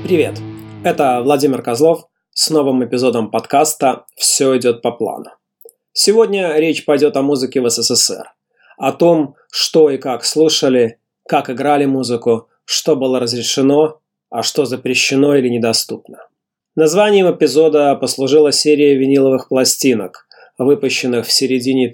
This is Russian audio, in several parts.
Привет! Это Владимир Козлов с новым эпизодом подкаста «Все идет по плану». Сегодня речь пойдет о музыке в СССР, о том, что и как слушали, как играли музыку, что было разрешено, а что запрещено или недоступно. Названием эпизода послужила серия виниловых пластинок, выпущенных в середине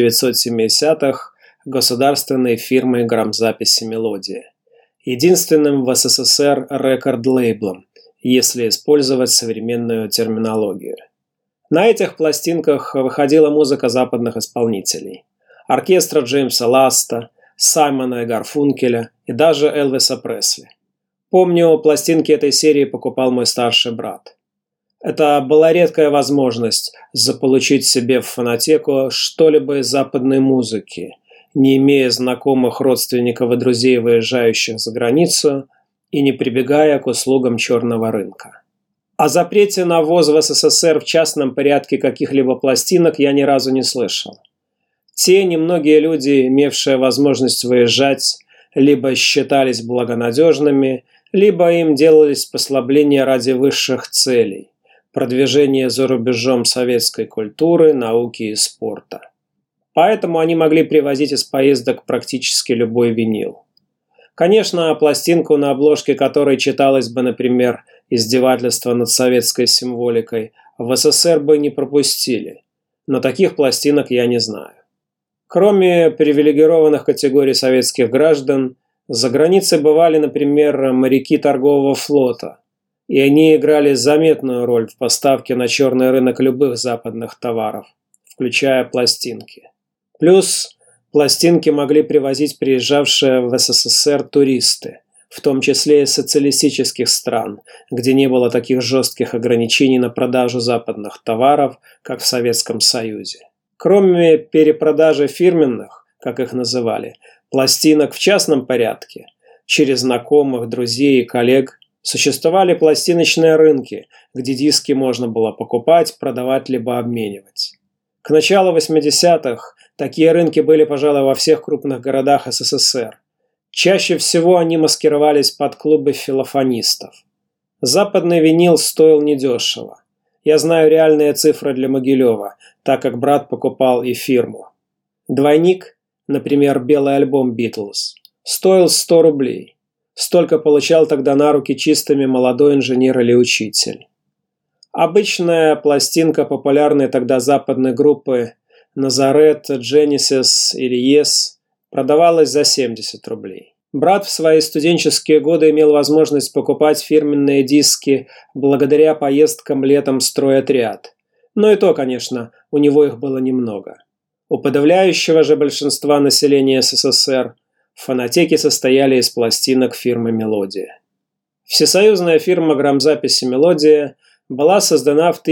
1970-х государственной фирмой грамзаписи «Мелодия», единственным в СССР рекорд-лейблом, если использовать современную терминологию. На этих пластинках выходила музыка западных исполнителей. Оркестра Джеймса Ласта, Саймона и Гарфункеля и даже Элвиса Пресли. Помню, пластинки этой серии покупал мой старший брат. Это была редкая возможность заполучить себе в фонотеку что-либо из западной музыки, не имея знакомых, родственников и друзей, выезжающих за границу, и не прибегая к услугам черного рынка. О запрете на ввоз в СССР в частном порядке каких-либо пластинок я ни разу не слышал. Те немногие люди, имевшие возможность выезжать, либо считались благонадежными, либо им делались послабления ради высших целей – продвижения за рубежом советской культуры, науки и спорта. Поэтому они могли привозить из поездок практически любой винил. Конечно, пластинку, на обложке которой читалось бы, например, издевательство над советской символикой, в СССР бы не пропустили, но таких пластинок я не знаю. Кроме привилегированных категорий советских граждан, за границей бывали, например, моряки торгового флота, и они играли заметную роль в поставке на черный рынок любых западных товаров, включая пластинки. Плюс пластинки могли привозить приезжавшие в СССР туристы, в том числе из социалистических стран, где не было таких жестких ограничений на продажу западных товаров, как в Советском Союзе. Кроме перепродажи фирменных, как их называли, пластинок в частном порядке, через знакомых, друзей и коллег, существовали пластиночные рынки, где диски можно было покупать, продавать либо обменивать. К началу 80-х такие рынки были, пожалуй, во всех крупных городах СССР. Чаще всего они маскировались под клубы филофонистов. Западный винил стоил недешево. Я знаю реальные цифры для Могилева, так как брат покупал и фирму. Двойник, например, белый альбом «Битлз», стоил 100 рублей. Столько получал тогда на руки чистыми молодой инженер или учитель. Обычная пластинка популярной тогда западной группы Назарет, Genesis или Yes продавалась за 70 рублей. Брат в свои студенческие годы имел возможность покупать фирменные диски благодаря поездкам летом в стройотряд. Но и то, конечно, у него их было немного. У подавляющего же большинства населения СССР фонотеки состояли из пластинок фирмы «Мелодия». Всесоюзная фирма грамзаписи «Мелодия» была создана в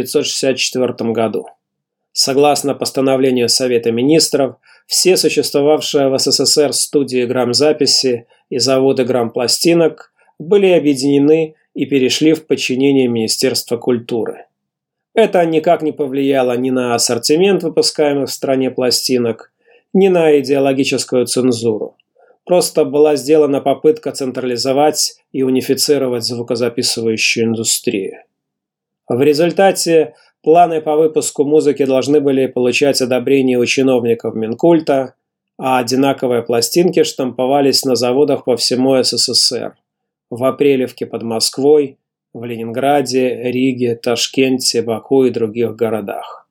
1964 году. Согласно постановлению Совета министров, все существовавшие в СССР студии грамзаписи и заводы грампластинок были объединены и перешли в подчинение Министерства культуры. Это никак не повлияло ни на ассортимент выпускаемых в стране пластинок, ни на идеологическую цензуру. Просто была сделана попытка централизовать и унифицировать звукозаписывающую индустрию. В результате планы по выпуску музыки должны были получать одобрение у чиновников Минкульта, а одинаковые пластинки штамповались на заводах по всему СССР. В Апрелевке под Москвой, в Ленинграде, Риге, Ташкенте, Баку и других городах.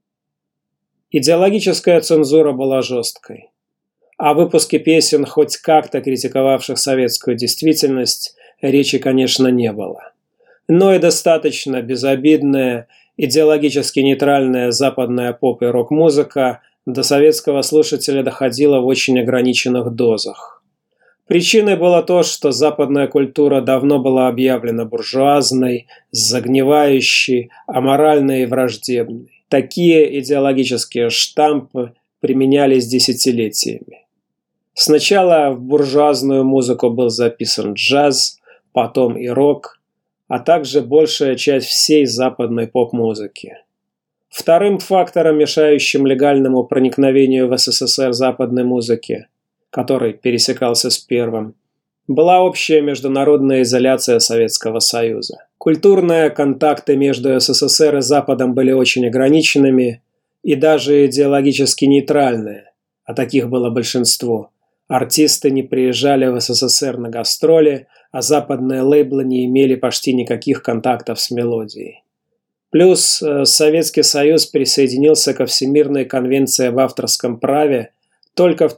Идеологическая цензура была жесткой. О выпуске песен, хоть как-то критиковавших советскую действительность, речи, конечно, не было. Но и достаточно безобидная, идеологически нейтральная западная поп- и рок-музыка до советского слушателя доходила в очень ограниченных дозах. Причиной было то, что западная культура давно была объявлена буржуазной, загнивающей, аморальной и враждебной. Такие идеологические штампы применялись десятилетиями. Сначала в буржуазную музыку был записан джаз, потом и рок, а также большая часть всей западной поп-музыки. Вторым фактором, мешающим легальному проникновению в СССР западной музыки, который пересекался с первым, Была общая международная изоляция Советского Союза. Культурные контакты между СССР и Западом были очень ограниченными и даже идеологически нейтральные, а таких было большинство. Артисты не приезжали в СССР на гастроли, а западные лейблы не имели почти никаких контактов с мелодией. Плюс Советский Союз присоединился ко Всемирной конвенции об авторском праве только в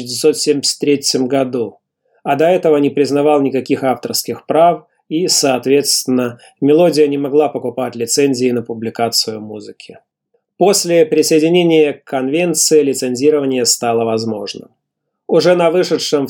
1973 году, а до этого не признавал никаких авторских прав и, соответственно, мелодия не могла покупать лицензии на публикацию музыки. После присоединения к конвенции лицензирование стало возможным. Уже на вышедшем в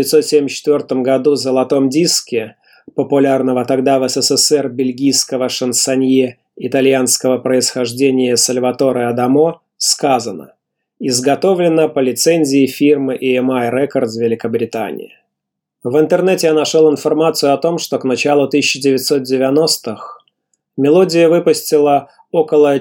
1974 году «Золотом диске» популярного тогда в СССР бельгийского шансонье итальянского происхождения Сальваторе Адамо сказано: изготовлено по лицензии фирмы EMI Records Великобритании. В интернете я нашел информацию о том, что к началу 1990-х мелодия выпустила около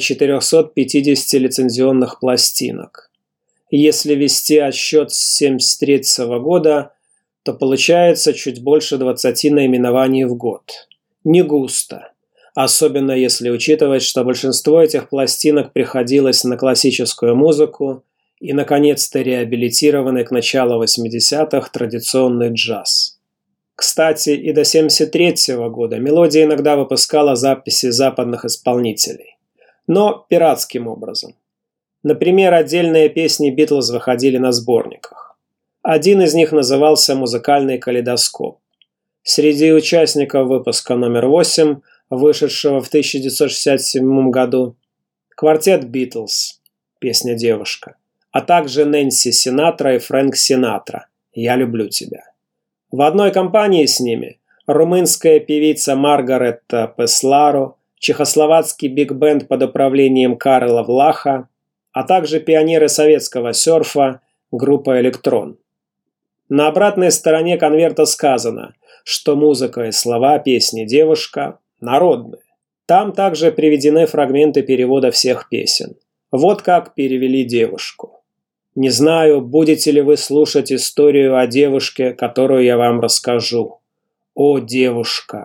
450 лицензионных пластинок. Если вести отсчет с 1973 года, то получается чуть больше 20 наименований в год. Не густо. Особенно если учитывать, что большинство этих пластинок приходилось на классическую музыку и, наконец-то, реабилитированный к началу 80-х традиционный джаз. Кстати, и до 1973 года мелодия иногда выпускала записи западных исполнителей. Но пиратским образом. Например, отдельные песни Битлз выходили на сборниках. Один из них назывался «Музыкальный калейдоскоп». Среди участников выпуска номер 8, вышедшего в 1967 году, квартет Битлз, песня «Девушка», а также Нэнси Синатра и Фрэнк Синатра «Я люблю тебя». В одной компании с ними румынская певица Маргаретта Песларо, чехословацкий биг-бенд под управлением Карла Влаха, а также пионеры советского серфа, группа «Электрон». На обратной стороне конверта сказано, что музыка и слова песни «Девушка» народные. Там также приведены фрагменты перевода всех песен. Вот как перевели «Девушку». Не знаю, будете ли вы слушать историю о девушке, которую я вам расскажу. О, девушка,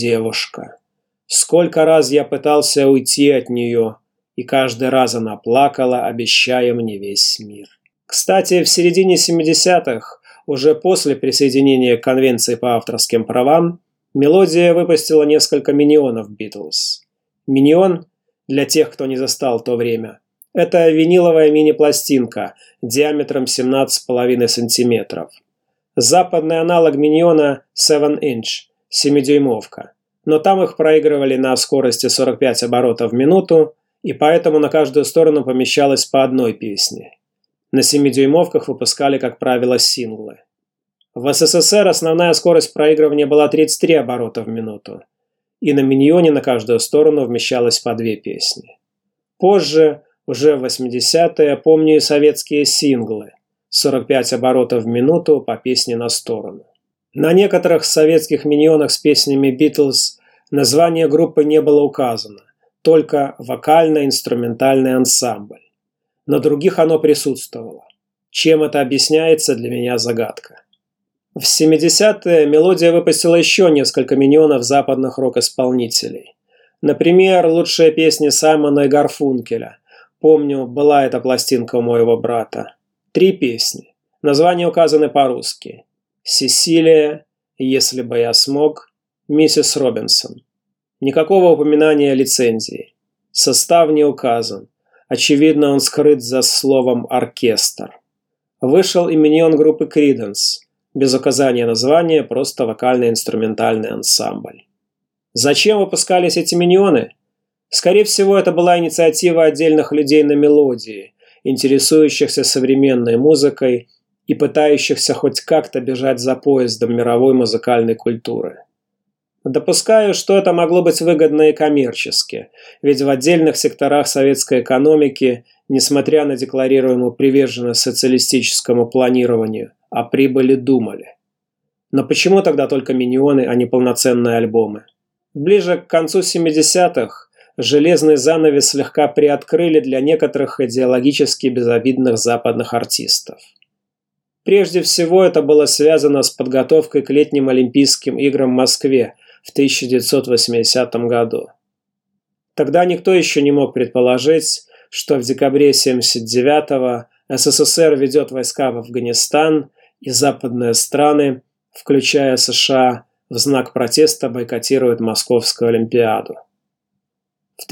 сколько раз я пытался уйти от нее, и каждый раз она плакала, обещая мне весь мир. Кстати, в середине 70-х, уже после присоединения к Конвенции по авторским правам, мелодия выпустила несколько миньонов Битлз. Миньон, для тех, кто не застал то время, это виниловая мини-пластинка диаметром 17,5 см. Западный аналог миньона 7-inch, 7-дюймовка, но там их проигрывали на скорости 45 оборотов в минуту, и поэтому на каждую сторону помещалось по одной песне. На 7-дюймовках выпускали, как правило, синглы. В СССР основная скорость проигрывания была 33 оборота в минуту, и на миньоне на каждую сторону вмещалось по две песни. Позже, уже в 80-е, помню и советские синглы, 45 оборотов в минуту по песне на сторону. На некоторых советских миньонах с песнями Битлз название группы не было указано, только вокально-инструментальный ансамбль. На других оно присутствовало. Чем это объясняется, для меня загадка. В 70-е мелодия выпустила еще несколько миньонов западных рок-исполнителей. Например, лучшие песни Саймона и Гарфункеля. Помню, была эта пластинка у моего брата. 3 песни. Названия указаны по-русски. «Сесилия», «Если бы я смог», «Миссис Робинсон». Никакого упоминания лицензии. Состав не указан. Очевидно, он скрыт за словом «оркестр». Вышел и миньон группы Creedence. Без указания названия, просто вокально-инструментальный ансамбль. Зачем выпускались эти миньоны? Скорее всего, это была инициатива отдельных людей на мелодии, интересующихся современной музыкой и пытающихся хоть как-то бежать за поездом мировой музыкальной культуры. Допускаю, что это могло быть выгодно и коммерчески, ведь в отдельных секторах советской экономики, несмотря на декларируемую приверженность социалистическому планированию, о прибыли думали. Но почему тогда только миньоны, а не полноценные альбомы? Ближе к концу 70-х железный занавес слегка приоткрыли для некоторых идеологически безобидных западных артистов. Прежде всего это было связано с подготовкой к летним Олимпийским играм в Москве в 1980 году. Тогда никто еще не мог предположить, что в декабре 1979-го СССР ведет войска в Афганистан, и западные страны, включая США, в знак протеста бойкотируют Московскую Олимпиаду. В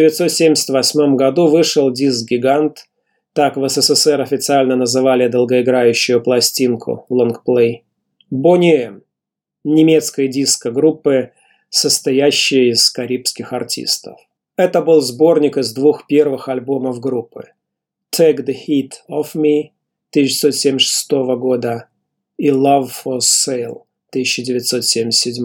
1978 году вышел диск «Гигант», так в СССР официально называли долгоиграющую пластинку лонгплей, Boney M, немецкой диско-группы, состоящей из карибских артистов. Это был сборник из двух первых альбомов группы «Take the Heat Off Me» 1976 года и «Love for Sale» 1977.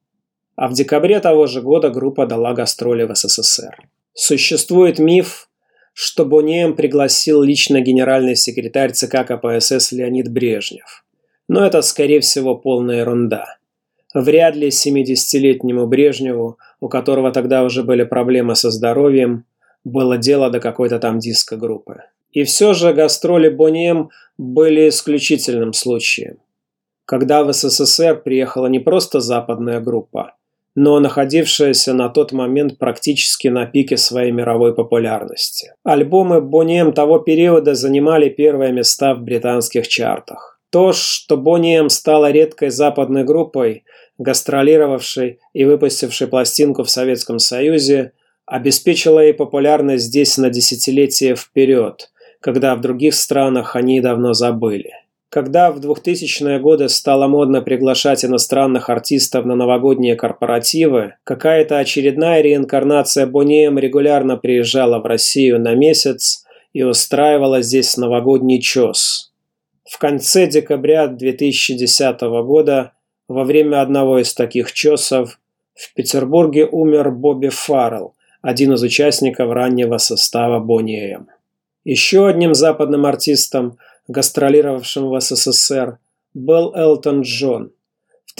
А в декабре того же года группа дала гастроли в СССР. Существует миф, что Boney M пригласил лично генеральный секретарь ЦК КПСС Леонид Брежнев. Но это, скорее всего, полная ерунда. Вряд ли 70-летнему Брежневу, у которого тогда уже были проблемы со здоровьем, было дело до какой-то там диско-группы. И все же гастроли Boney M были исключительным случаем, когда в СССР приехала не просто западная группа, но находившаяся на тот момент практически на пике своей мировой популярности. Альбомы Boney M того периода занимали первые места в британских чартах. То, что Boney M стала редкой западной группой, гастролировавшей и выпустившей пластинку в Советском Союзе, обеспечило ей популярность здесь на десятилетия вперед, когда в других странах они давно забыли. Когда в 2000-е годы стало модно приглашать иностранных артистов на новогодние корпоративы, какая-то очередная реинкарнация Boney M регулярно приезжала в Россию на месяц и устраивала здесь новогодний чес. В конце декабря 2010 года, во время одного из таких чесов, в Петербурге умер Бобби Фаррелл, один из участников раннего состава Boney M. Еще одним западным артистом, гастролировавшим в СССР, был Элтон Джон. В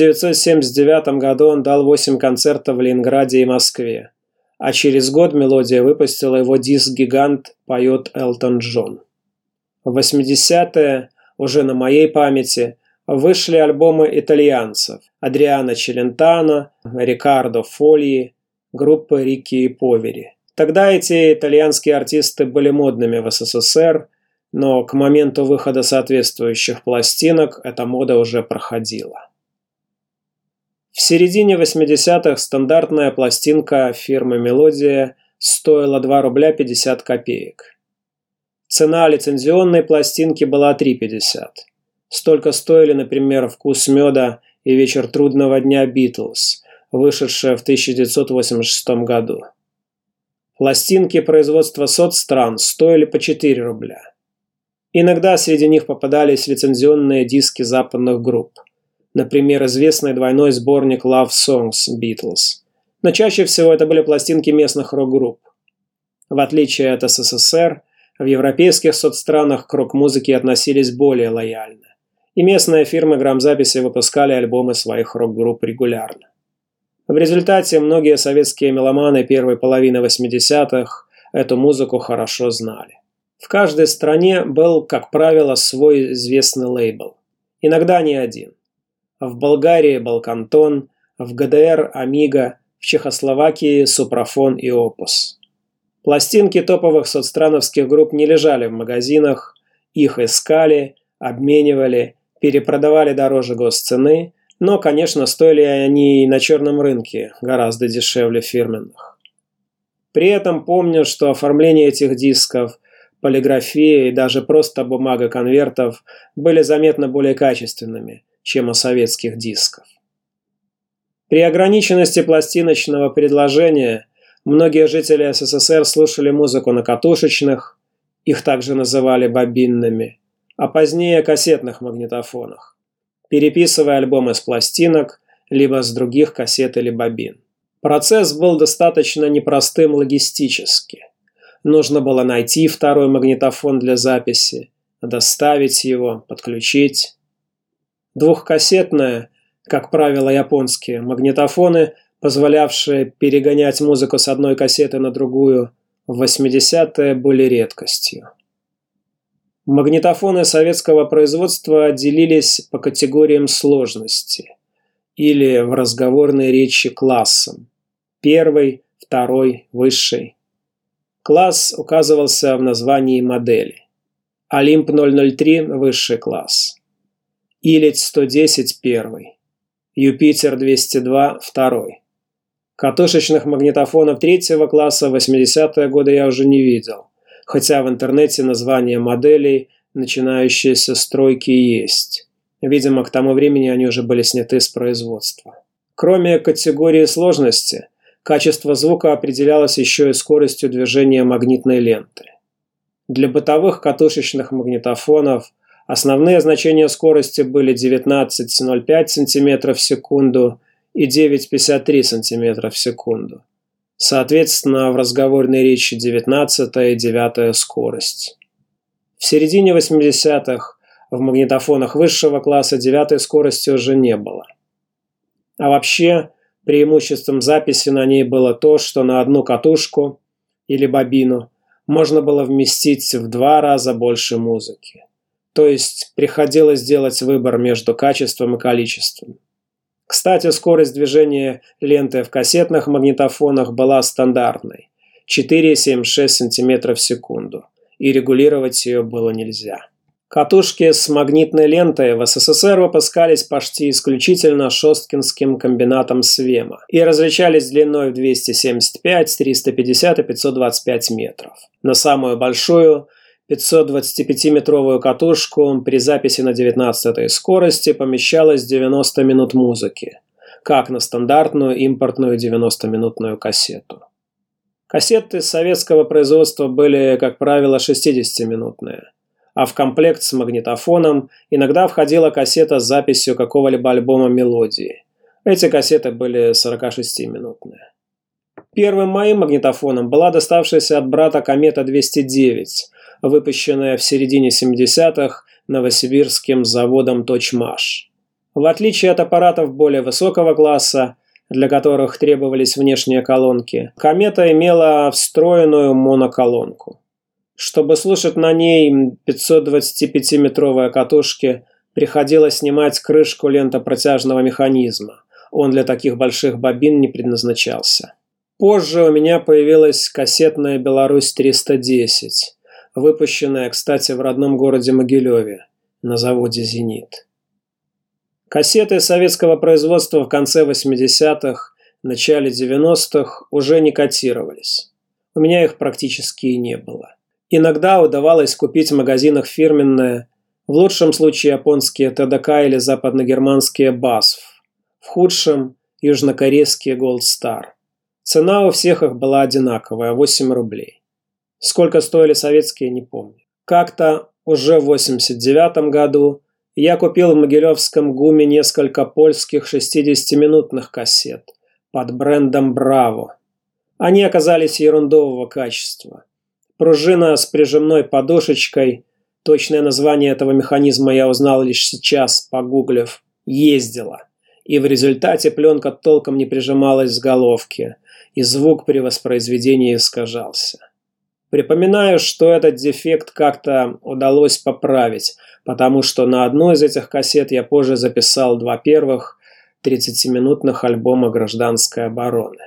1979 году он дал 8 концертов в Ленинграде и Москве, а через год «Мелодия» выпустила его диск «Гигант. Поет Элтон Джон». В 80-е, уже на моей памяти, вышли альбомы итальянцев Адриано Челентано, Риккардо Фольи, группы Рикки и Повери. Тогда эти итальянские артисты были модными в СССР, но к моменту выхода соответствующих пластинок эта мода уже проходила. В середине 80-х стандартная пластинка фирмы «Мелодия» стоила 2 рубля 50 копеек. Цена лицензионной пластинки была 3,50. Столько стоили, например, «Вкус меда» и «Вечер трудного дня» Битлз, вышедшая в 1986 году. Пластинки производства соцстран стоили по 4 рубля. Иногда среди них попадались лицензионные диски западных групп. Например, известный двойной сборник Love Songs Beatles. Но чаще всего это были пластинки местных рок-групп. В отличие от СССР, в европейских соцстранах к рок-музыке относились более лояльно. И местные фирмы грамзаписи выпускали альбомы своих рок-групп регулярно. В результате многие советские меломаны первой половины 80-х эту музыку хорошо знали. В каждой стране был, как правило, свой известный лейбл. Иногда не один. В Болгарии – Балкантон, в ГДР – Амига, в Чехословакии – Супрафон и Опус. Пластинки топовых соцстрановских групп не лежали в магазинах, их искали, обменивали, перепродавали дороже госцены, но, конечно, стоили они и на черном рынке гораздо дешевле фирменных. При этом помню, что оформление этих дисков, полиграфия и даже просто бумага конвертов были заметно более качественными, чем у советских дисков. При ограниченности пластиночного предложения многие жители СССР слушали музыку на катушечных, их также называли бобинными, а позднее кассетных магнитофонах, переписывая альбомы с пластинок, либо с других кассет или бобин. Процесс был достаточно непростым логистически. Нужно было найти второй магнитофон для записи, доставить его, подключить. Двухкассетные, как правило японские, магнитофоны, позволявшие перегонять музыку с одной кассеты на другую, в 80-е были редкостью. Магнитофоны советского производства делились по категориям сложности или в разговорной речи классам. Первый, второй, высший. Класс указывался в названии модели. Олимп 003 – высший класс. Илить-110 – первый. Юпитер-202 – второй. Катушечных магнитофонов третьего класса в 80-е годы я уже не видел, хотя в интернете названия моделей начинающиеся стройки есть. Видимо, к тому времени они уже были сняты с производства. Кроме категории сложности, качество звука определялось еще и скоростью движения магнитной ленты. Для бытовых катушечных магнитофонов основные значения скорости были 19,05 см в секунду и 9,53 см в секунду. Соответственно, в разговорной речи 19 и 9 скорость. В середине 80-х в магнитофонах высшего класса 9 скорости уже не было. А вообще, преимуществом записи на ней было то, что на одну катушку или бобину можно было вместить в 2 раза больше музыки. То есть приходилось делать выбор между качеством и количеством. Кстати, скорость движения ленты в кассетных магнитофонах была стандартной – 4,76 см в секунду, и регулировать ее было нельзя. Катушки с магнитной лентой в СССР выпускались почти исключительно шосткинским комбинатом Свема и различались длиной в 275, 350 и 525 метров. На самую большую 525-метровую катушку при записи на 19-й скорости помещалось 90 минут музыки, как на стандартную импортную 90-минутную кассету. Кассеты советского производства были, как правило, 60-минутные, а в комплект с магнитофоном иногда входила кассета с записью какого-либо альбома мелодии. Эти кассеты были 46-минутные. Первым моим магнитофоном была доставшаяся от брата «Комета-209», выпущенная в середине 70-х новосибирским заводом «Точмаш». В отличие от аппаратов более высокого класса, для которых требовались внешние колонки, «Комета» имела встроенную моноколонку. Чтобы слушать на ней 525-метровые катушки, приходилось снимать крышку лентопротяжного механизма. Он для таких больших бобин не предназначался. Позже у меня появилась кассетная «Беларусь-310», выпущенная, кстати, в родном городе Могилеве, на заводе «Зенит». Кассеты советского производства в конце 80-х, начале 90-х уже не котировались. У меня их практически и не было. Иногда удавалось купить в магазинах фирменные, в лучшем случае японские ТДК или западногерманские BASF, в худшем – южнокорейские Gold Star. Цена у всех их была одинаковая – 8 рублей. Сколько стоили советские, не помню. Как-то уже в 89 году я купил в Могилевском ГУМе несколько польских 60-минутных кассет под брендом «Браво». Они оказались ерундового качества. Пружина с прижимной подушечкой, точное название этого механизма я узнал лишь сейчас, погуглив, ездила. И в результате пленка толком не прижималась к головке, и звук при воспроизведении искажался. Припоминаю, что этот дефект как-то удалось поправить, потому что на одну из этих кассет я позже записал 2 первых 30-минутных альбома гражданской обороны.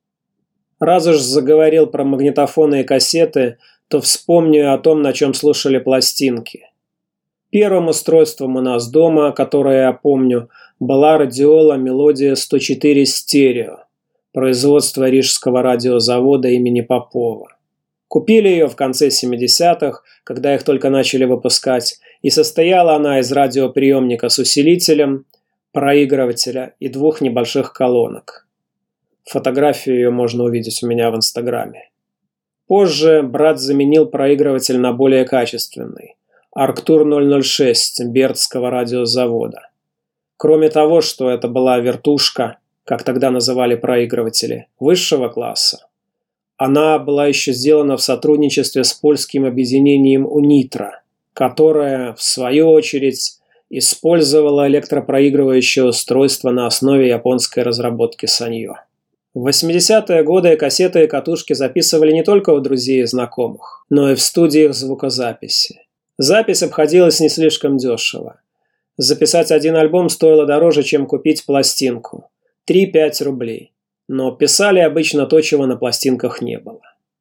Раз уж заговорил про магнитофоны и кассеты, то вспомню о том, на чем слушали пластинки. Первым устройством у нас дома, которое я помню, была радиола «Мелодия 104 стерео», производства Рижского радиозавода имени Попова. Купили ее в конце 70-х, когда их только начали выпускать, и состояла она из радиоприемника с усилителем, проигрывателя и 2 небольших колонок. Фотографию ее можно увидеть у меня в Инстаграме. Позже брат заменил проигрыватель на более качественный – Арктур 006 Бердского радиозавода. Кроме того, что это была вертушка, как тогда называли проигрыватели, высшего класса, она была еще сделана в сотрудничестве с польским объединением «Унитра», которое, в свою очередь, использовало электропроигрывающее устройство на основе японской разработки Саньо. В 80-е годы кассеты и катушки записывали не только у друзей и знакомых, но и в студиях звукозаписи. Запись обходилась не слишком дешево. Записать один альбом стоило дороже, чем купить пластинку – 3-5 рублей. Но писали обычно то, чего на пластинках не было.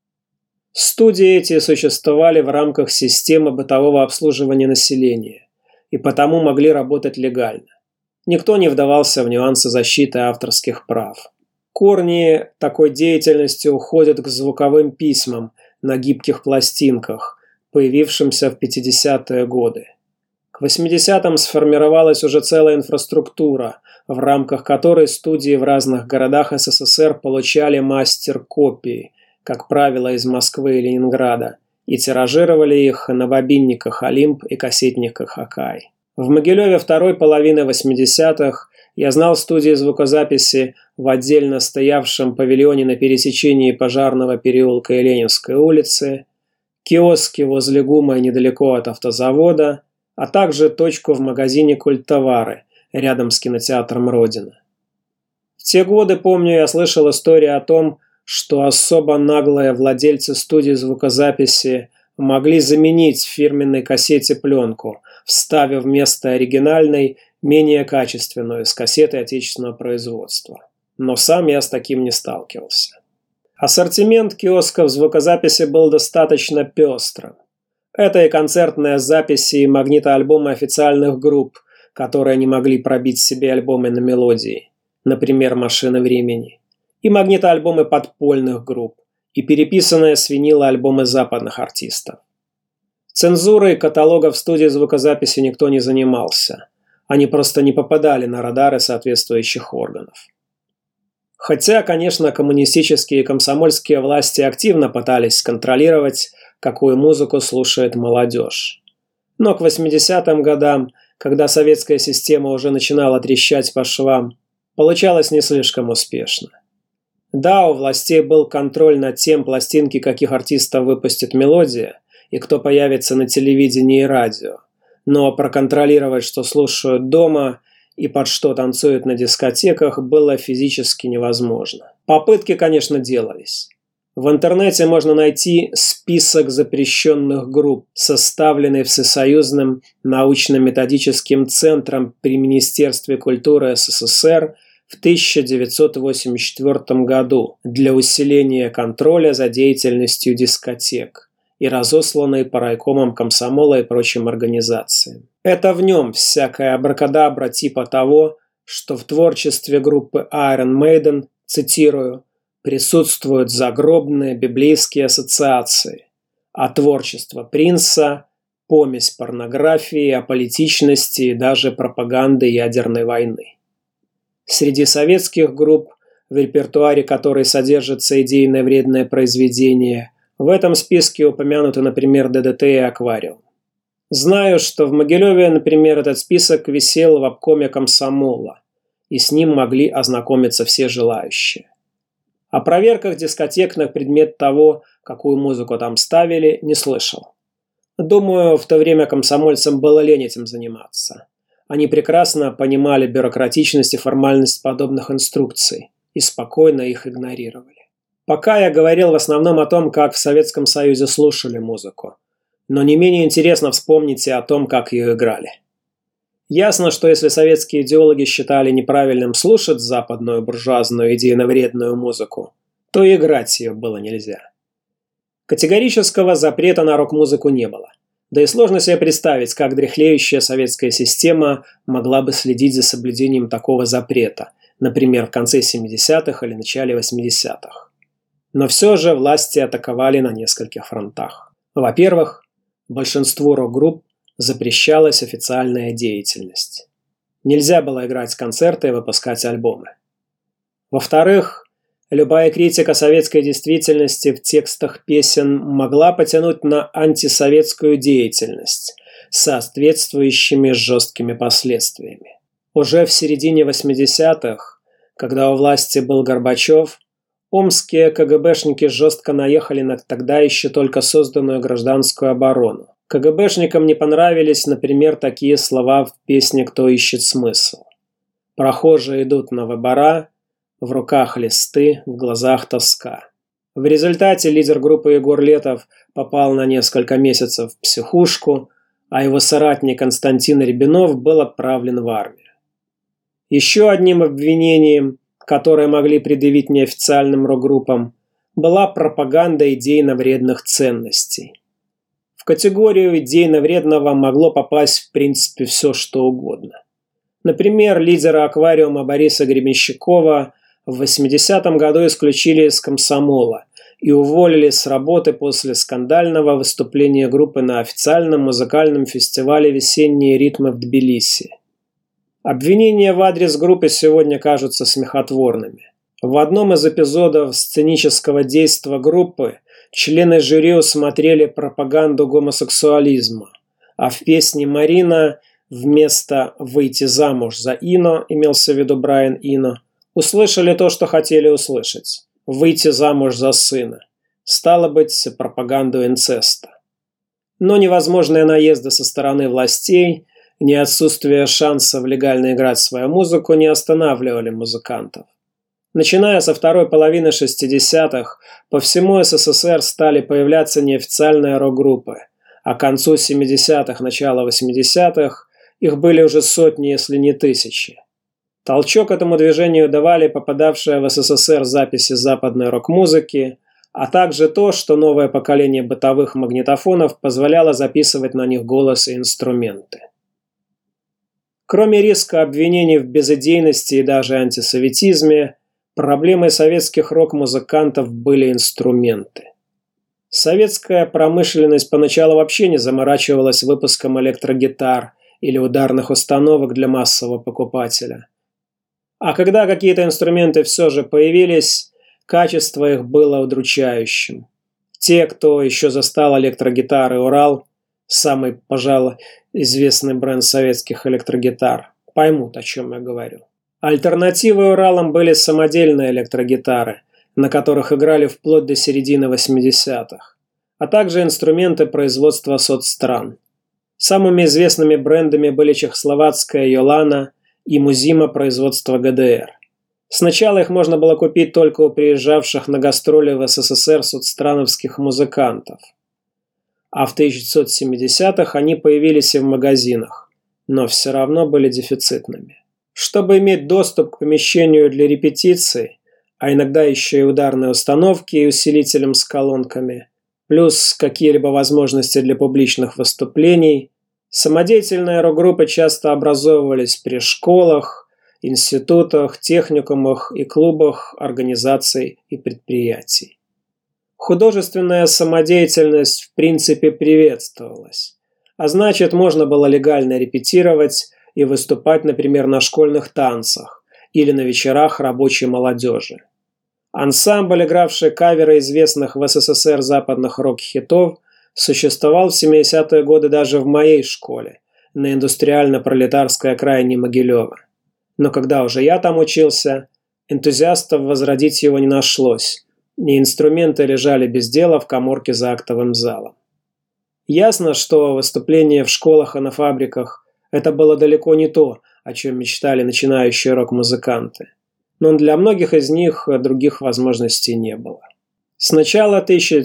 Студии эти существовали в рамках системы бытового обслуживания населения и потому могли работать легально. Никто не вдавался в нюансы защиты авторских прав. Корни такой деятельности уходят к звуковым письмам на гибких пластинках, появившимся в 50-е годы. К 80-м сформировалась уже целая инфраструктура, в рамках которой студии в разных городах СССР получали мастер-копии, как правило, из Москвы и Ленинграда, и тиражировали их на бобинниках «Олимп» и кассетниках «Акай». В Могилеве второй половины 80-х я знал студии звукозаписи в отдельно стоявшем павильоне на пересечении Пожарного переулка и Ленинской улицы, киоски возле ГУМа недалеко от автозавода, а также точку в магазине «Культтовары» рядом с кинотеатром «Родина». В те годы, помню, я слышал истории о том, что особо наглые владельцы студии звукозаписи могли заменить в фирменной кассете пленку, вставив вместо оригинальной менее качественную с кассеты отечественного производства. Но сам я с таким не сталкивался. Ассортимент киосков звукозаписи был достаточно пестрым. Это и концертные записи, и магнитоальбомы официальных групп, которые не могли пробить себе альбомы на мелодии, например, «Машина времени», и магнитоальбомы подпольных групп, и переписанные с винила альбомы западных артистов. Цензурой каталогов студии звукозаписи никто не занимался. Они просто не попадали на радары соответствующих органов. Хотя, конечно, коммунистические и комсомольские власти активно пытались контролировать, какую музыку слушает молодежь. Но к 80-м годам, когда советская система уже начинала трещать по швам, получалось не слишком успешно. Да, у властей был контроль над тем, пластинки каких артистов выпустит «Мелодия» и кто появится на телевидении и радио. Но проконтролировать, что слушают дома и под что танцуют на дискотеках, было физически невозможно. Попытки, конечно, делались. В интернете можно найти список запрещенных групп, составленный Всесоюзным научно-методическим центром при Министерстве культуры СССР в 1984 году для усиления контроля за деятельностью дискотек и разосланный по райкомам комсомола и прочим организациям. Это в нем всякая абракадабра типа того, что в творчестве группы Iron Maiden, цитирую, присутствуют загробные библейские ассоциации, а творчество Принца – помесь порнографии, аполитичности и даже пропаганды ядерной войны. Среди советских групп, в репертуаре которой содержатся идейно вредные произведения, в этом списке упомянуты, например, ДДТ и Аквариум. Знаю, что в Могилеве, например, этот список висел в обкоме комсомола, и с ним могли ознакомиться все желающие. О проверках дискотек на предмет того, какую музыку там ставили, не слышал. Думаю, в то время комсомольцам было лень этим заниматься. Они прекрасно понимали бюрократичность и формальность подобных инструкций и спокойно их игнорировали. Пока я говорил в основном о том, как в Советском Союзе слушали музыку, но не менее интересно вспомнить и о том, как ее играли. Ясно, что если советские идеологи считали неправильным слушать западную буржуазную идейно-вредную музыку, то и играть ее было нельзя. Категорического запрета на рок-музыку не было. Да и сложно себе представить, как дряхлеющая советская система могла бы следить за соблюдением такого запрета, например, в конце 70-х или начале 80-х. Но все же власти атаковали на нескольких фронтах. Во-первых, большинству рок-групп запрещалась официальная деятельность. Нельзя было играть концерты и выпускать альбомы. Во-вторых, любая критика советской действительности в текстах песен могла потянуть на антисоветскую деятельность с соответствующими жесткими последствиями. Уже в середине 80-х, когда у власти был Горбачев, омские КГБшники жестко наехали на тогда еще только созданную гражданскую оборону. КГБшникам не понравились, например, такие слова в песне «Кто ищет смысл». Прохожие идут на выбора, в руках листы, в глазах тоска. В результате лидер группы Егор Летов попал на несколько месяцев в психушку, а его соратник Константин Рябинов был отправлен в армию. Еще одним обвинением, которое могли предъявить неофициальным рок-группам, была пропаганда идейно-вредных ценностей. В категорию идейно-вредного могло попасть в принципе все, что угодно. Например, лидера «Аквариума» Бориса Гребенщикова в 80-м году исключили из комсомола и уволили с работы после скандального выступления группы на официальном музыкальном фестивале «Весенние ритмы» в Тбилиси. Обвинения в адрес группы сегодня кажутся смехотворными. В одном из эпизодов сценического действа группы члены жюри усмотрели пропаганду гомосексуализма, а в песне «Марина» вместо «выйти замуж за Ино», имелся в виду Брайан Ино, услышали то, что хотели услышать – «выйти замуж за сына». Стало быть, пропаганду инцеста. Но невозможные наезды со стороны властей, ни отсутствие шансов легально играть свою музыку не останавливали музыкантов. Начиная со второй половины 60-х, по всему СССР стали появляться неофициальные рок-группы, а к концу 70-х, начало 80-х их были уже сотни, если не тысячи. Толчок этому движению давали попадавшие в СССР записи западной рок-музыки, а также то, что новое поколение бытовых магнитофонов позволяло записывать на них голос и инструменты. Кроме риска обвинений в безидейности и даже антисоветизме, проблемой советских рок-музыкантов были инструменты. Советская промышленность поначалу вообще не заморачивалась выпуском электрогитар или ударных установок для массового покупателя. А когда какие-то инструменты все же появились, качество их было удручающим. Те, кто еще застал электрогитары «Урал», самый, пожалуй, известный бренд советских электрогитар, поймут, о чем я говорю. Альтернативой «Уралам» были самодельные электрогитары, на которых играли вплоть до середины 80-х, а также инструменты производства соцстран. Самыми известными брендами были чехословацкая «Йолана» и «Музима» производства ГДР. Сначала их можно было купить только у приезжавших на гастроли в СССР соцстрановских музыкантов. А в 1970-х они появились и в магазинах, но все равно были дефицитными. Чтобы иметь доступ к помещению для репетиций, а иногда еще и ударные установки и усилителем с колонками, плюс какие-либо возможности для публичных выступлений, самодеятельные рок-группы часто образовывались при школах, институтах, техникумах и клубах организаций и предприятий. Художественная самодеятельность в принципе приветствовалась, а значит, можно было легально репетировать и выступать, например, на школьных танцах или на вечерах рабочей молодежи. Ансамбль, игравший каверы известных в СССР западных рок-хитов, существовал в 70-е годы даже в моей школе, на индустриально-пролетарской окраине Могилева. Но когда уже я там учился, энтузиастов возродить его не нашлось, и инструменты лежали без дела в каморке за актовым залом. Ясно, что выступления в школах и на фабриках – это было далеко не то, о чем мечтали начинающие рок-музыканты. Но для многих из них других возможностей не было. С начала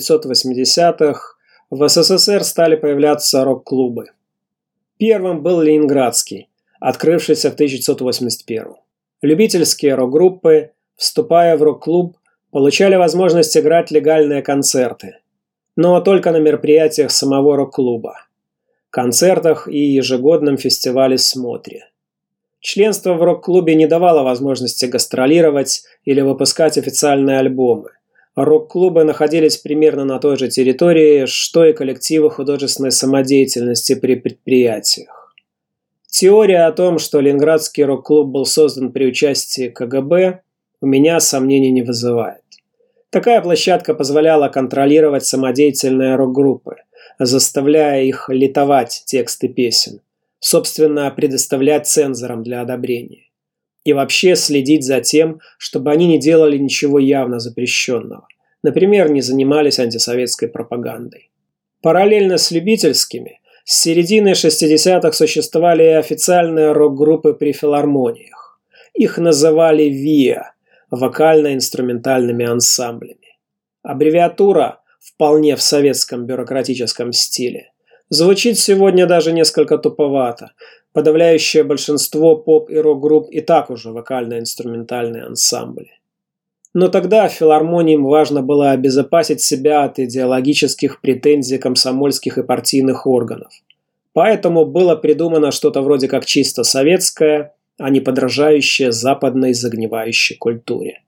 1980-х в СССР стали появляться рок-клубы. Первым был Ленинградский, открывшийся в 1981. Любительские рок-группы, вступая в рок-клуб, получали возможность играть легальные концерты, но только на мероприятиях самого рок-клуба, концертах и ежегодном фестивале «Смотре». Членство в рок-клубе не давало возможности гастролировать или выпускать официальные альбомы. Рок-клубы находились примерно на той же территории, что и коллективы художественной самодеятельности при предприятиях. Теория о том, что Ленинградский рок-клуб был создан при участии КГБ, у меня сомнений не вызывает. Такая площадка позволяла контролировать самодеятельные рок-группы, заставляя их литовать тексты песен, собственно, предоставлять цензорам для одобрения. И вообще следить за тем, чтобы они не делали ничего явно запрещенного. Например, не занимались антисоветской пропагандой. Параллельно с любительскими, с середины 60-х существовали и официальные рок-группы при филармониях. Их называли ВИА – вокально-инструментальными ансамблями. Аббревиатура, вполне в советском бюрократическом стиле, Звучит сегодня даже несколько туповато. Подавляющее большинство поп- и рок-групп и так уже вокально-инструментальные ансамбли. Но тогда филармониям важно было обезопасить себя от идеологических претензий комсомольских и партийных органов. Поэтому было придумано что-то вроде как чисто советское, а не подражающее западной загнивающей культуре.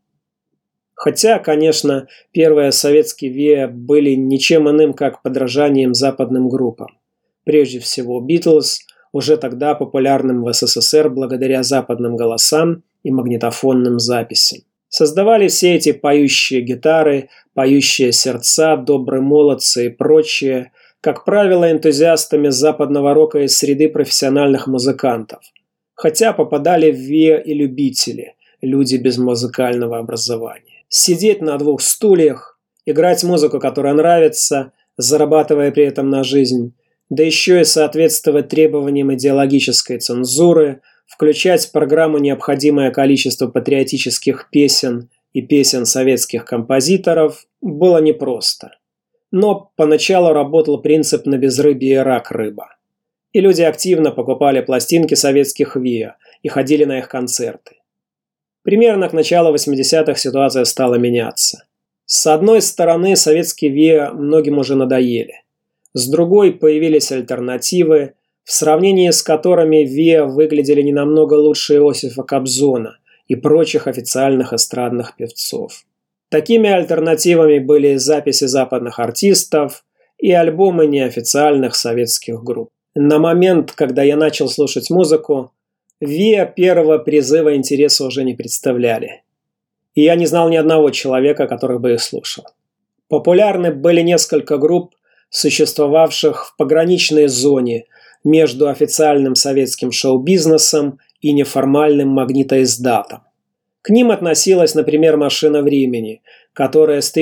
Хотя, конечно, первые советские ВИА были ничем иным, как подражанием западным группам. Прежде всего Битлз, уже тогда популярным в СССР благодаря западным голосам и магнитофонным записям. Создавали все эти поющие гитары, поющие сердца, добрые молодцы и прочее, как правило, энтузиастами западного рока из среды профессиональных музыкантов. Хотя попадали в ВИА и любители, люди без музыкального образования. Сидеть на двух стульях, играть музыку, которая нравится, зарабатывая при этом на жизнь, да еще и соответствовать требованиям идеологической цензуры, включать в программу необходимое количество патриотических песен и песен советских композиторов было непросто. Но поначалу работал принцип «на безрыбье рак рыба». И люди активно покупали пластинки советских ВИА и ходили на их концерты. Примерно к началу 80-х ситуация стала меняться. С одной стороны, советские ВИА многим уже надоели. С другой появились альтернативы, в сравнении с которыми ВИА выглядели не намного лучше Иосифа Кобзона и прочих официальных эстрадных певцов. Такими альтернативами были записи западных артистов и альбомы неофициальных советских групп. На момент, когда я начал слушать музыку, ВИА первого призыва интереса уже не представляли. И я не знал ни одного человека, который бы их слушал. Популярны были несколько групп, существовавших в пограничной зоне между официальным советским шоу-бизнесом и неформальным магнитоиздатом. К ним относилась, например, «Машина времени», которая с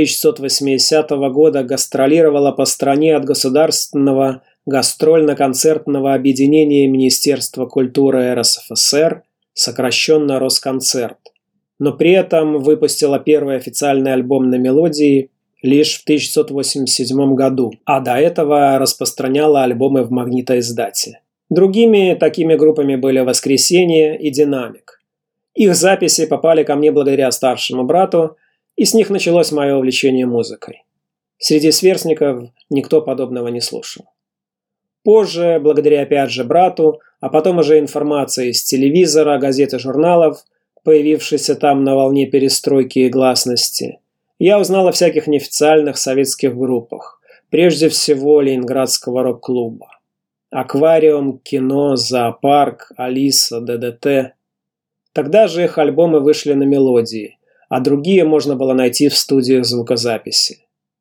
1980 года гастролировала по стране от государственного гастрольно-концертного объединения Министерства культуры РСФСР, сокращенно Росконцерт, но при этом выпустила первый официальный альбом на мелодии лишь в 1987 году, а до этого распространяла альбомы в магнитоиздате. Другими такими группами были «Воскресенье» и «Динамик». Их записи попали ко мне благодаря старшему брату, и с них началось мое увлечение музыкой. Среди сверстников никто подобного не слушал. Позже, благодаря опять же брату, а потом уже информации из телевизора, газет и журналов, появившейся там на волне перестройки и гласности, я узнал о всяких неофициальных советских группах, прежде всего Ленинградского рок-клуба. «Аквариум», «Кино», «Зоопарк», «Алиса», «ДДТ». Тогда же их альбомы вышли на мелодии, а другие можно было найти в студиях звукозаписи.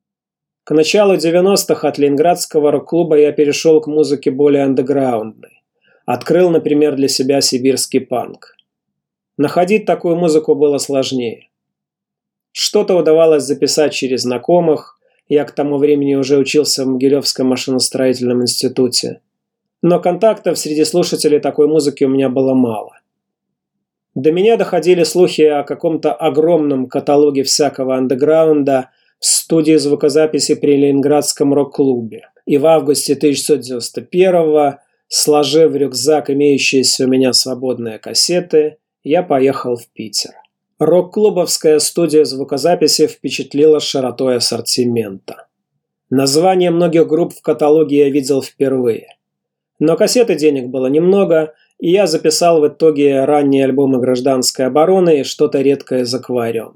К началу 90-х от Ленинградского рок-клуба я перешел к музыке более андеграундной. Открыл, например, для себя сибирский панк. Находить такую музыку было сложнее. Что-то удавалось записать через знакомых, я к тому времени уже учился в Могилевском машиностроительном институте. Но контактов среди слушателей такой музыки у меня было мало. До меня доходили слухи о каком-то огромном каталоге всякого андеграунда в студии звукозаписи при Ленинградском рок-клубе. И в августе 1991-го, сложив в рюкзак имеющиеся у меня свободные кассеты, я поехал в Питер. Рок-клубовская студия звукозаписи впечатлила широтой ассортимента. Названия многих групп в каталоге я видел впервые. Но кассеты денег было немного, и я записал в итоге ранние альбомы «Гражданской обороны» и что-то редкое из «Аквариума».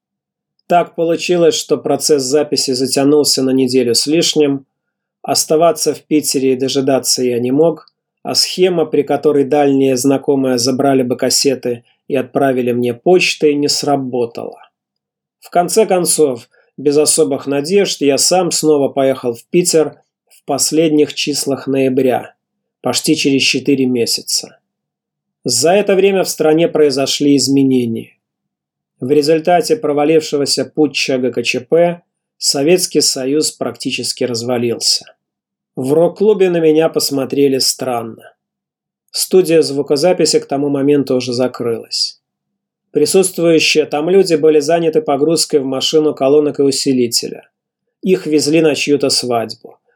Так получилось, что процесс записи затянулся на неделю с лишним, оставаться в Питере и дожидаться я не мог, а схема, при которой дальние знакомые забрали бы кассеты и отправили мне почтой, не сработала. В конце концов, без особых надежд, я сам снова поехал в Питер в последних числах ноября, почти через 4 месяца. За это время в стране произошли изменения. В результате провалившегося путча ГКЧП Советский Союз практически развалился. В рок-клубе на меня посмотрели странно. Студия звукозаписи к тому моменту уже закрылась. Присутствующие там люди были заняты погрузкой в машину колонок и усилителя. Их везли на чью-то свадьбу.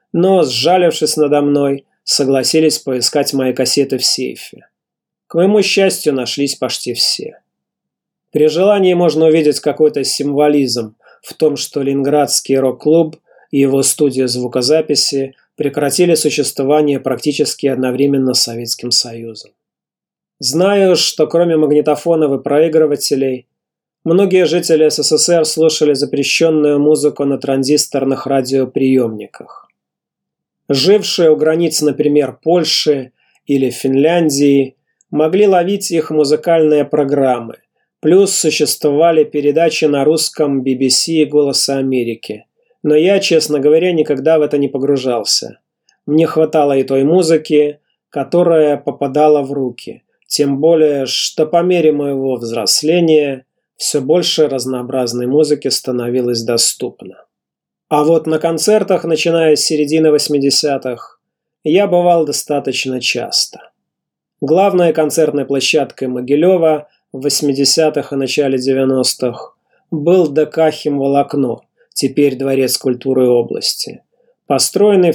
но, сжалившись надо мной, согласились поискать мои кассеты в сейфе. К моему счастью, нашлись почти все. При желании можно увидеть какой-то символизм в том, что Ленинградский рок-клуб и его студия звукозаписи прекратили существование практически одновременно с Советским Союзом. Знаю, что кроме магнитофонов и проигрывателей, многие жители СССР слушали запрещенную музыку на транзисторных радиоприемниках. Жившие у границ, например, Польши или Финляндии, могли ловить их музыкальные программы, плюс существовали передачи на русском BBC и «Голоса Америки». Но я, честно говоря, никогда в это не погружался. Мне хватало и той музыки, которая попадала в руки, тем более, что по мере моего взросления все больше разнообразной музыки становилось доступно. А вот на концертах, начиная с середины 80-х, я бывал достаточно часто. Главной концертной площадкой Могилева в 80-х и начале 90-х был ДК «Химволокно», теперь Дворец культуры области, построенный в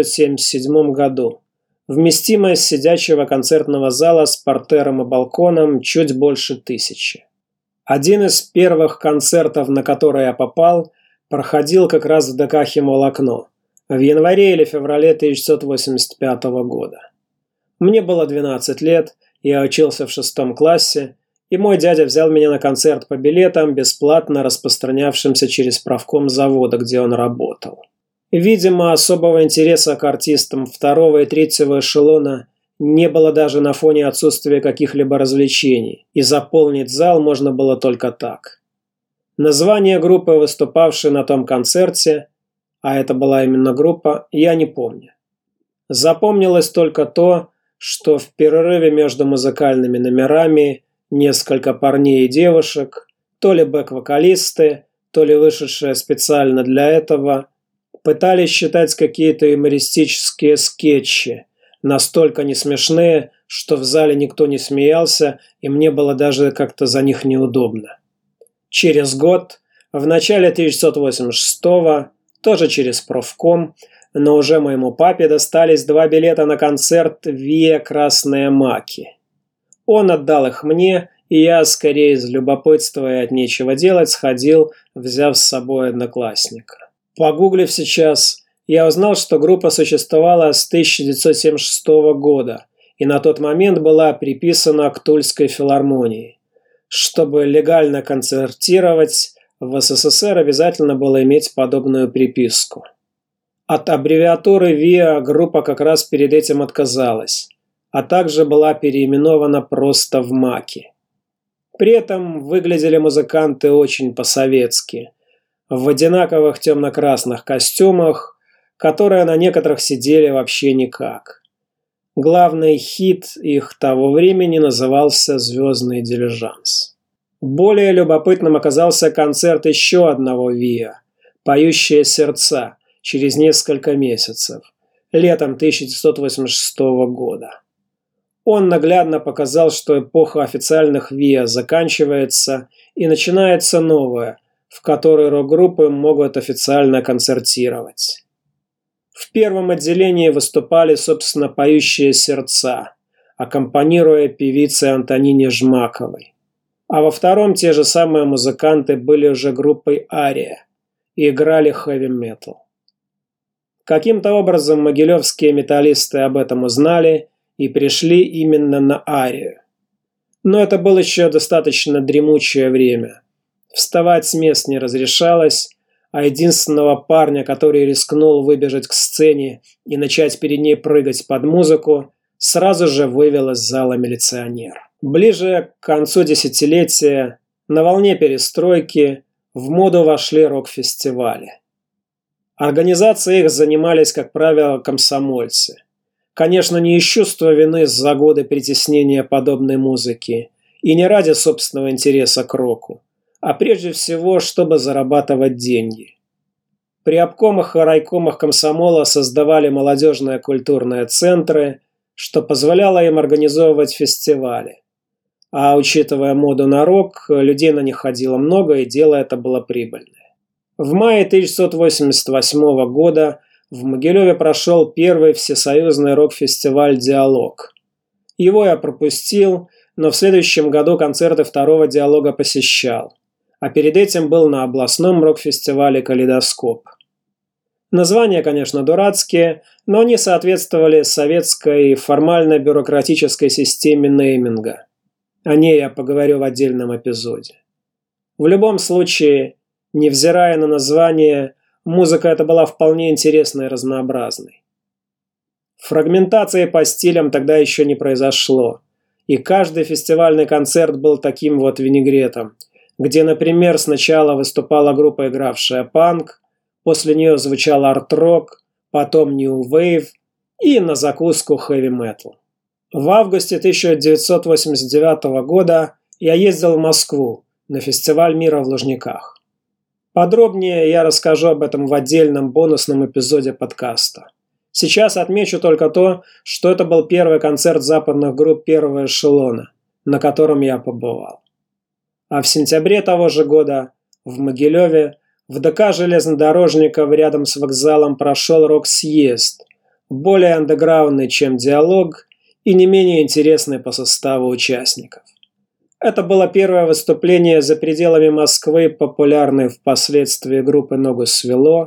1977 году. Вместимость сидячего концертного зала с партером и балконом чуть больше 1000. Один из первых концертов, на который я попал, проходил как раз в ДК «Химволокно» в январе или феврале 1985 года. Мне было 12 лет, я учился в 6 классе, и мой дядя взял меня на концерт по билетам, бесплатно распространявшимся через правком завода, где он работал. Видимо, особого интереса к артистам второго и третьего эшелона не было даже на фоне отсутствия каких-либо развлечений, и заполнить зал можно было только так. Название группы, выступавшей на том концерте, а это была именно группа, я не помню. Запомнилось только то, что в перерыве между музыкальными номерами несколько парней и девушек, то ли бэк-вокалисты, то ли вышедшие специально для этого, пытались читать какие-то юмористические скетчи, настолько не смешные, что в зале никто не смеялся, и мне было даже как-то за них неудобно. Через год, в начале 1986-го, тоже через профком, но уже моему папе достались 2 билета на концерт «Виа Красные Маки». Он отдал их мне, и я, скорее из любопытства и от нечего делать, сходил, взяв с собой одноклассника. Погуглив сейчас, я узнал, что группа существовала с 1976 года и на тот момент была приписана к Тульской филармонии. Чтобы легально концертировать, в СССР обязательно было иметь подобную приписку. От аббревиатуры ВИА группа как раз перед этим отказалась, а также была переименована просто в МАКи. При этом выглядели музыканты очень по-советски, в одинаковых темно-красных костюмах, которые на некоторых сидели вообще никак. Главный хит их того времени назывался «Звездный дилижанс». Более любопытным оказался концерт еще одного ВИА «Поющие сердца» через несколько месяцев, летом 1986 года. Он наглядно показал, что эпоха официальных ВИА заканчивается и начинается новая, в которой рок-группы могут официально концертировать. В первом отделении выступали, собственно, «Поющие сердца», аккомпанируя певице Антонине Жмаковой. А во втором те же самые музыканты были уже группой «Ария» и играли хэви-метал. Каким-то образом могилевские металлисты об этом узнали и пришли именно на «Арию». Но это было еще достаточно дремучее время. Вставать с мест не разрешалось, а единственного парня, который рискнул выбежать к сцене и начать перед ней прыгать под музыку, сразу же вывел из зала милиционер. Ближе к концу десятилетия, на волне перестройки, в моду вошли рок-фестивали. Организацией их занимались, как правило, комсомольцы. Конечно, не из чувства вины за годы притеснения подобной музыки и не ради собственного интереса к року, а прежде всего, чтобы зарабатывать деньги. При обкомах и райкомах комсомола создавали молодежные культурные центры, что позволяло им организовывать фестивали. А учитывая моду на рок, людей на них ходило много, и дело это было прибыльное. В мае 1988 года в Могилеве прошел первый всесоюзный рок-фестиваль «Диалог». Его я пропустил, но в следующем году концерты второго «Диалога» посещал, а перед этим был на областном рок-фестивале «Калейдоскоп». Названия, конечно, дурацкие, но они соответствовали советской формально-бюрократической системе нейминга. О ней я поговорю в отдельном эпизоде. В любом случае, невзирая на название, музыка эта была вполне интересной и разнообразной. Фрагментации по стилям тогда еще не произошло, и каждый фестивальный концерт был таким вот винегретом, где, например, сначала выступала группа, игравшая панк, после нее звучал арт-рок, потом нью-вейв и на закуску хэви-метал. В августе 1989 года я ездил в Москву на фестиваль мира в Лужниках. Подробнее я расскажу об этом в отдельном бонусном эпизоде подкаста. Сейчас отмечу только то, что это был первый концерт западных групп первого эшелона, на котором я побывал. А в сентябре того же года в Могилеве в ДК железнодорожников рядом с вокзалом прошел рок-съезд, более андеграундный, чем «Диалог», и не менее интересный по составу участников. Это было первое выступление за пределами Москвы, популярной впоследствии группы «Ногу свело».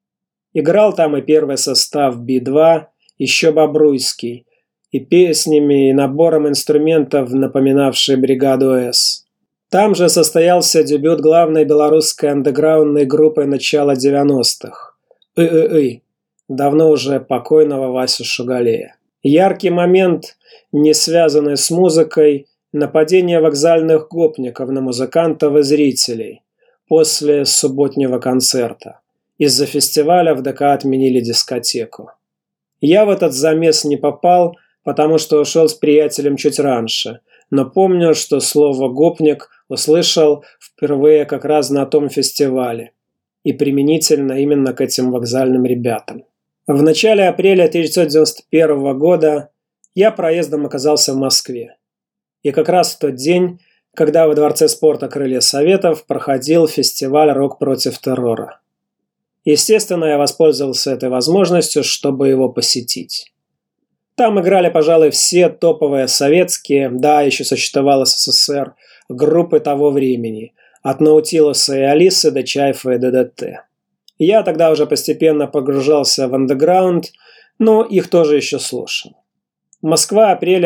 Играл там и первый состав Би-2, еще Бобруйский, и песнями, и набором инструментов, напоминавший «Бригаду С». Там же состоялся дебют главной белорусской андеграундной группы начала 90-х «ы-ы-ы», давно уже покойного Васю Шугалея. Яркий момент, не связанный с музыкой, нападение вокзальных гопников на музыкантов и зрителей после субботнего концерта. Из-за фестиваля в ДК отменили дискотеку. Я в этот замес не попал, потому что ушел с приятелем чуть раньше, но помню, что слово «гопник» услышал впервые как раз на том фестивале, и применительно именно к этим вокзальным ребятам. В начале апреля 1991 года я проездом оказался в Москве. И как раз в тот день, когда во Дворце спорта «Крылья Советов» проходил фестиваль «Рок против террора». Естественно, я воспользовался этой возможностью, чтобы его посетить. Там играли, пожалуй, все топовые советские, да, еще существовал СССР, группы того времени, от Наутилуса и Алисы до Чайфа и ДДТ. Я тогда уже постепенно погружался в андеграунд, но их тоже еще слушал. Москва апреля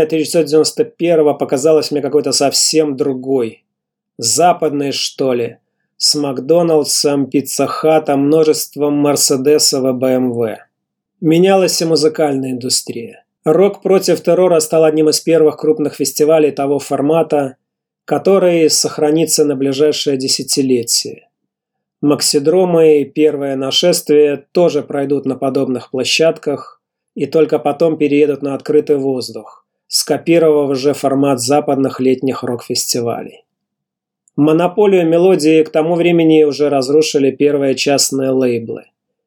1991 показалась мне какой-то совсем другой. Западной, что ли, с Макдоналдсом, Пицца-хатом, множеством Мерседесов и БМВ. Менялась и музыкальная индустрия. «Рок против террора» стал одним из первых крупных фестивалей того формата, который сохранится на ближайшее десятилетие. Максидромы и первое нашествие тоже пройдут на подобных площадках и только потом переедут на открытый воздух, скопировав уже формат западных летних рок-фестивалей. Монополию мелодии к тому времени уже разрушили первые частные лейблы.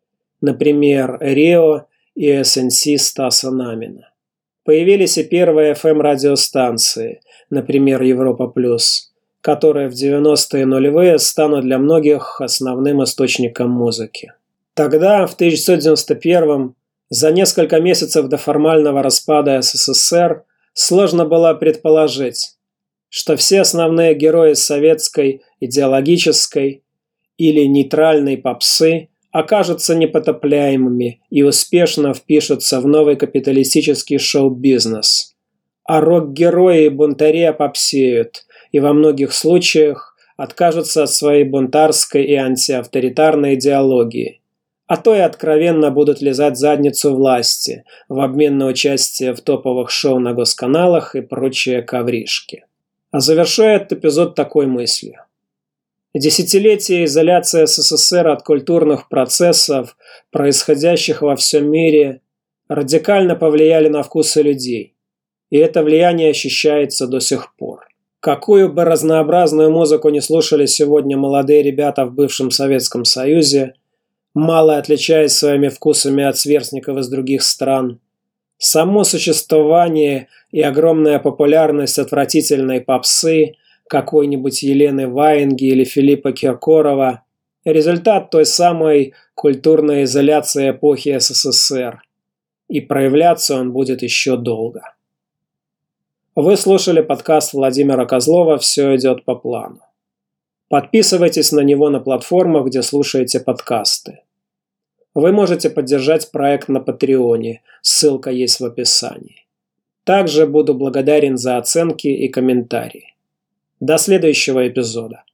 Например, Рио и SNC Стаса Намина. Появились и первые FM-радиостанции, например, Европа Плюс, которые в 90-е нулевые станут для многих основным источником музыки. Тогда, в 1991-м, за несколько месяцев до формального распада СССР, сложно было предположить, что все основные герои советской, идеологической или нейтральной попсы окажутся непотопляемыми и успешно впишутся в новый капиталистический шоу-бизнес. А рок-герои и бунтари опопсеют и во многих случаях откажутся от своей бунтарской и антиавторитарной идеологии, а то и откровенно будут лизать задницу власти в обмен на участие в топовых шоу на госканалах и прочие ковришки. А завершу этот эпизод такой мыслью. Десятилетия изоляции СССР от культурных процессов, происходящих во всем мире, радикально повлияли на вкусы людей. И это влияние ощущается до сих пор. Какую бы разнообразную музыку не слушали сегодня молодые ребята в бывшем Советском Союзе, мало отличаясь своими вкусами от сверстников из других стран, само существование и огромная популярность отвратительной попсы, какой-нибудь Елены Ваенги или Филиппа Киркорова, Результат той самой культурной изоляции эпохи СССР. И проявляться он будет еще долго. Вы слушали подкаст Владимира Козлова «Все идет по плану». Подписывайтесь на него на платформах, где слушаете подкасты. Вы можете поддержать проект на Патреоне, ссылка есть в описании. Также буду благодарен за оценки и комментарии. До следующего эпизода.